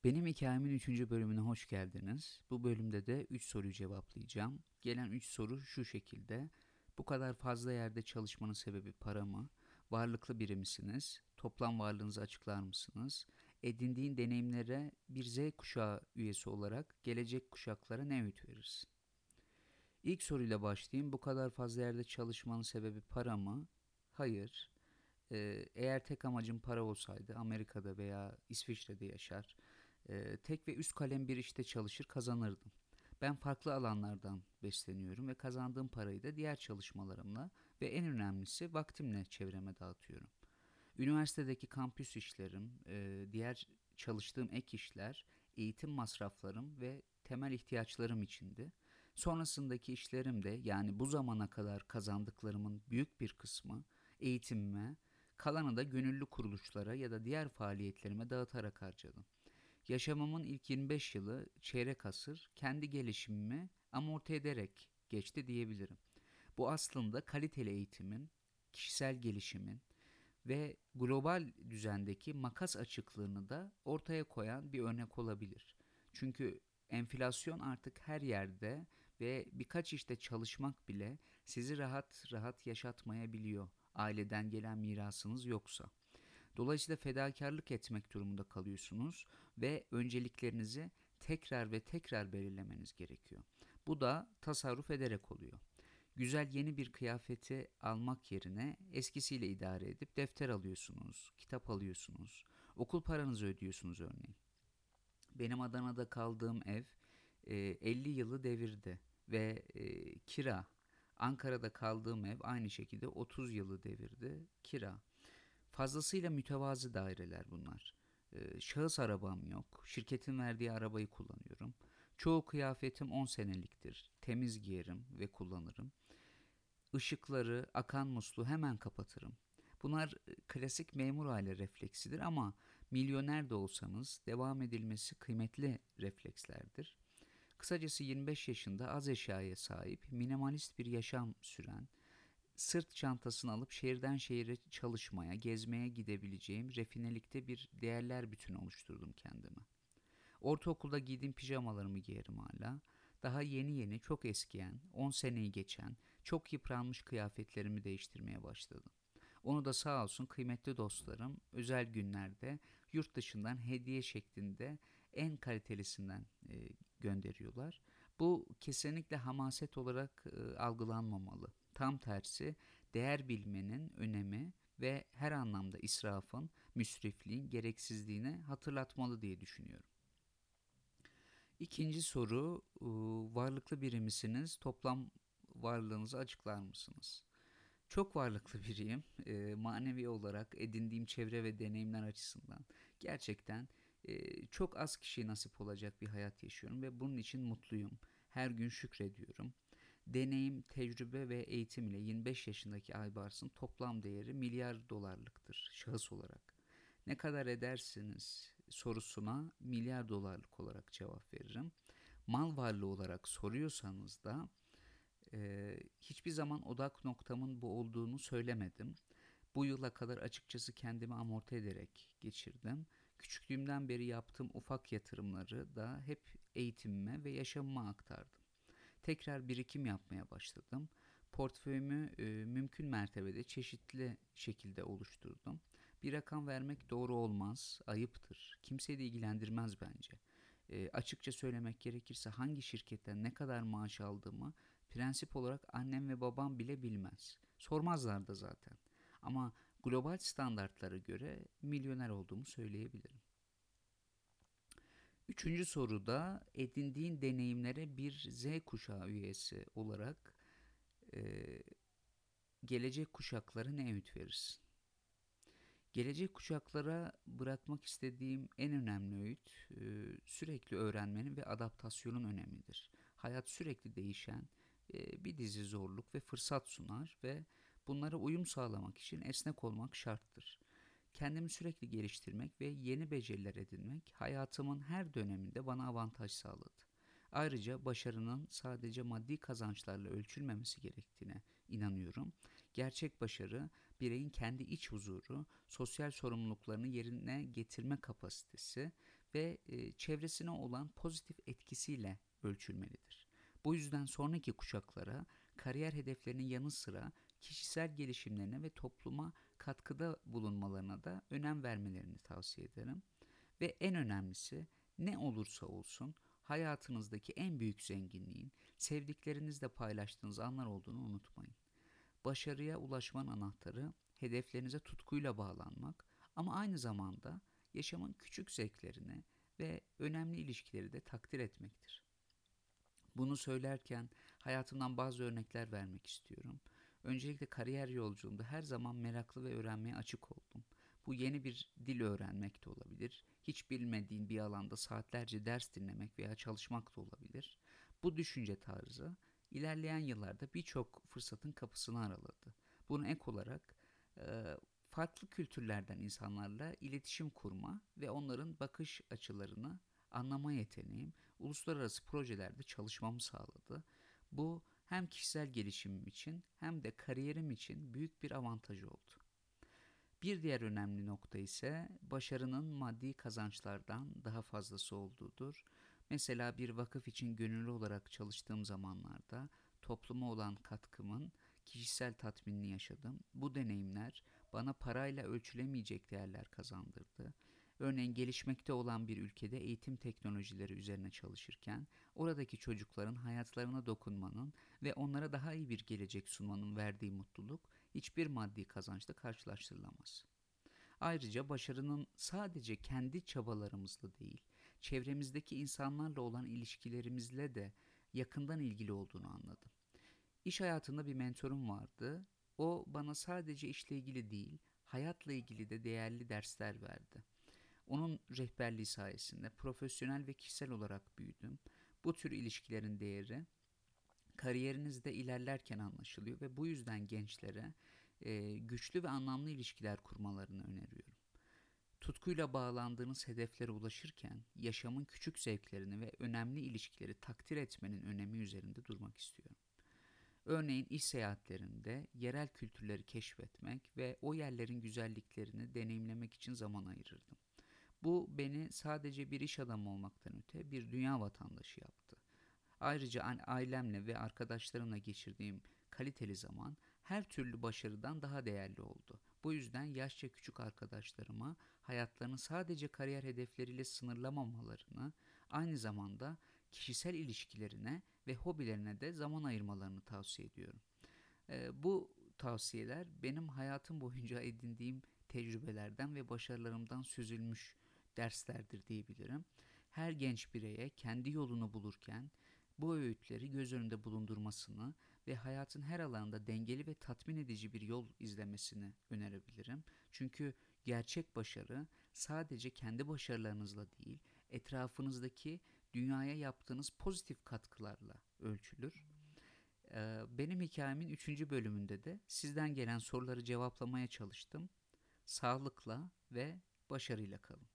Benim hikayemin üçüncü bölümüne hoş geldiniz. Bu bölümde de 3 soruyu cevaplayacağım. Gelen 3 soru şu şekilde. Bu kadar fazla yerde çalışmanın sebebi para mı? Varlıklı biri misiniz? Toplam varlığınızı açıklar mısınız? Edindiğin deneyimlere bir Z kuşağı üyesi olarak gelecek kuşaklara ne öğüt verirsin? İlk soruyla başlayayım. Bu kadar fazla yerde çalışmanın sebebi para mı? Hayır. Eğer tek amacım para olsaydı Amerika'da veya İsviçre'de yaşar, tek ve üst kalem bir işte çalışır kazanırdım. Ben farklı alanlardan besleniyorum ve kazandığım parayı da diğer çalışmalarımla ve en önemlisi vaktimle çevreme dağıtıyorum. Üniversitedeki kampüs işlerim, diğer çalıştığım ek işler, eğitim masraflarım ve temel ihtiyaçlarım içindi. Sonrasındaki işlerim de yani bu zamana kadar kazandıklarımın büyük bir kısmı eğitimime, kalanı da gönüllü kuruluşlara ya da diğer faaliyetlerime dağıtarak harcadım. Yaşamımın ilk 25 yılı çeyrek asır kendi gelişimimi amorti ederek geçti diyebilirim. Bu aslında kaliteli eğitimin, kişisel gelişimin ve global düzendeki makas açıklığını da ortaya koyan bir örnek olabilir. Çünkü enflasyon artık her yerde ve birkaç işte çalışmak bile sizi rahat rahat yaşatmayabiliyor. Aileden gelen mirasınız yoksa. Dolayısıyla fedakarlık etmek durumunda kalıyorsunuz ve önceliklerinizi tekrar ve tekrar belirlemeniz gerekiyor. Bu da tasarruf ederek oluyor. Güzel yeni bir kıyafeti almak yerine eskisiyle idare edip defter alıyorsunuz, kitap alıyorsunuz, okul paranızı ödüyorsunuz örneğin. Benim Adana'da kaldığım ev 50 yılı devirdi ve kira. Ankara'da kaldığım ev aynı şekilde 30 yılı devirdi, kira. Fazlasıyla mütevazı daireler bunlar. Şahıs arabam yok. Şirketin verdiği arabayı kullanıyorum. Çoğu kıyafetim 10 seneliktir. Temiz giyerim ve kullanırım. Işıkları, akan musluğu hemen kapatırım. Bunlar klasik memur aile refleksidir ama milyoner de olsanız devam edilmesi kıymetli reflekslerdir. Kısacası 25 yaşında az eşyaya sahip, minimalist bir yaşam süren, sırt çantasını alıp şehirden şehire çalışmaya, gezmeye gidebileceğim refinelikte bir değerler bütünü oluşturdum kendime. Ortaokulda giydiğim pijamalarımı giyerim hala. Daha yeni yeni çok eskiyen, 10 seneyi geçen, çok yıpranmış kıyafetlerimi değiştirmeye başladım. Onu da sağ olsun kıymetli dostlarım özel günlerde yurt dışından hediye şeklinde en kalitelisinden gönderiyorlar. Bu kesinlikle hamaset olarak algılanmamalı. Tam tersi değer bilmenin önemi ve her anlamda israfın, müsrifliğin gereksizliğini hatırlatmalı diye düşünüyorum. İkinci soru, varlıklı biri misiniz? Toplam varlığınızı açıklar mısınız? Çok varlıklı biriyim. Manevi olarak edindiğim çevre ve deneyimler açısından gerçekten çok az kişiye nasip olacak bir hayat yaşıyorum ve bunun için mutluyum. Her gün şükrediyorum. Deneyim, tecrübe ve eğitim ile 25 yaşındaki Aybars'ın toplam değeri milyar dolarlıktır şahıs olarak. Ne kadar edersiniz sorusuna milyar dolarlık olarak cevap veririm. Mal varlığı olarak soruyorsanız da hiçbir zaman odak noktamın bu olduğunu söylemedim. Bu yıla kadar açıkçası kendimi amorti ederek geçirdim. Küçüklüğümden beri yaptığım ufak yatırımları da hep eğitimime ve yaşamıma aktardım. Tekrar birikim yapmaya başladım. Portföyümü mümkün mertebede çeşitli şekilde oluşturdum. Bir rakam vermek doğru olmaz, ayıptır. Kimseyi de ilgilendirmez bence. Açıkça söylemek gerekirse hangi şirketten ne kadar maaş aldığımı prensip olarak annem ve babam bile bilmez. Sormazlar da zaten. Ama global standartlara göre milyoner olduğumu söyleyebilirim. Üçüncü soruda edindiğin deneyimlere bir Z kuşağı üyesi olarak e, gelecek kuşaklara ne öğüt verirsin? Gelecek kuşaklara bırakmak istediğim en önemli öğüt sürekli öğrenmenin ve adaptasyonun önemidir. Hayat sürekli değişen bir dizi zorluk ve fırsat sunar ve bunlara uyum sağlamak için esnek olmak şarttır. Kendimi sürekli geliştirmek ve yeni beceriler edinmek hayatımın her döneminde bana avantaj sağladı. Ayrıca başarının sadece maddi kazançlarla ölçülmemesi gerektiğine inanıyorum. Gerçek başarı bireyin kendi iç huzuru, sosyal sorumluluklarını yerine getirme kapasitesi ve çevresine olan pozitif etkisiyle ölçülmelidir. Bu yüzden sonraki kuşaklara kariyer hedeflerinin yanı sıra kişisel gelişimlerine ve topluma katkıda bulunmalarına da önem vermelerini tavsiye ederim. Ve en önemlisi, ne olursa olsun hayatınızdaki en büyük zenginliğin sevdiklerinizle paylaştığınız anlar olduğunu unutmayın. Başarıya ulaşmanın anahtarı hedeflerinize tutkuyla bağlanmak, ama aynı zamanda yaşamın küçük zevklerini ve önemli ilişkileri de takdir etmektir. Bunu söylerken hayatımdan bazı örnekler vermek istiyorum. Öncelikle kariyer yolculuğumda her zaman meraklı ve öğrenmeye açık oldum. Bu yeni bir dil öğrenmek de olabilir. Hiç bilmediğin bir alanda saatlerce ders dinlemek veya çalışmak da olabilir. Bu düşünce tarzı ilerleyen yıllarda birçok fırsatın kapısını araladı. Buna ek olarak farklı kültürlerden insanlarla iletişim kurma ve onların bakış açılarını anlama yeteneğim uluslararası projelerde çalışmamı sağladı. Bu hem kişisel gelişimim için hem de kariyerim için büyük bir avantaj oldu. Bir diğer önemli nokta ise başarının maddi kazançlardan daha fazlası olduğudur. Mesela bir vakıf için gönüllü olarak çalıştığım zamanlarda topluma olan katkımın kişisel tatminini yaşadım. Bu deneyimler bana parayla ölçülemeyecek değerler kazandırdı. Örneğin gelişmekte olan bir ülkede eğitim teknolojileri üzerine çalışırken oradaki çocukların hayatlarına dokunmanın ve onlara daha iyi bir gelecek sunmanın verdiği mutluluk hiçbir maddi kazançla karşılaştırılamaz. Ayrıca başarının sadece kendi çabalarımızla değil, çevremizdeki insanlarla olan ilişkilerimizle de yakından ilgili olduğunu anladım. İş hayatında bir mentorum vardı. O bana sadece işle ilgili değil, hayatla ilgili de değerli dersler verdi. Onun rehberliği sayesinde profesyonel ve kişisel olarak büyüdüm. Bu tür ilişkilerin değeri kariyerinizde ilerlerken anlaşılıyor ve bu yüzden gençlere güçlü ve anlamlı ilişkiler kurmalarını öneriyorum. Tutkuyla bağlandığınız hedeflere ulaşırken yaşamın küçük zevklerini ve önemli ilişkileri takdir etmenin önemi üzerinde durmak istiyorum. Örneğin iş seyahatlerinde yerel kültürleri keşfetmek ve o yerlerin güzelliklerini deneyimlemek için zaman ayırırdım. Bu beni sadece bir iş adamı olmaktan öte bir dünya vatandaşı yaptı. Ayrıca ailemle ve arkadaşlarımla geçirdiğim kaliteli zaman her türlü başarıdan daha değerli oldu. Bu yüzden yaşça küçük arkadaşlarıma hayatlarını sadece kariyer hedefleriyle sınırlamamalarını, aynı zamanda kişisel ilişkilerine ve hobilerine de zaman ayırmalarını tavsiye ediyorum. Bu tavsiyeler benim hayatım boyunca edindiğim tecrübelerden ve başarılarımdan süzülmüş derslerdir diyebilirim. Her genç bireye kendi yolunu bulurken bu öğütleri göz önünde bulundurmasını ve hayatın her alanında dengeli ve tatmin edici bir yol izlemesini önerebilirim. Çünkü gerçek başarı sadece kendi başarılarınızla değil, etrafınızdaki dünyaya yaptığınız pozitif katkılarla ölçülür. Benim hikayemin 3. bölümünde de sizden gelen soruları cevaplamaya çalıştım. Sağlıkla ve başarıyla kalın.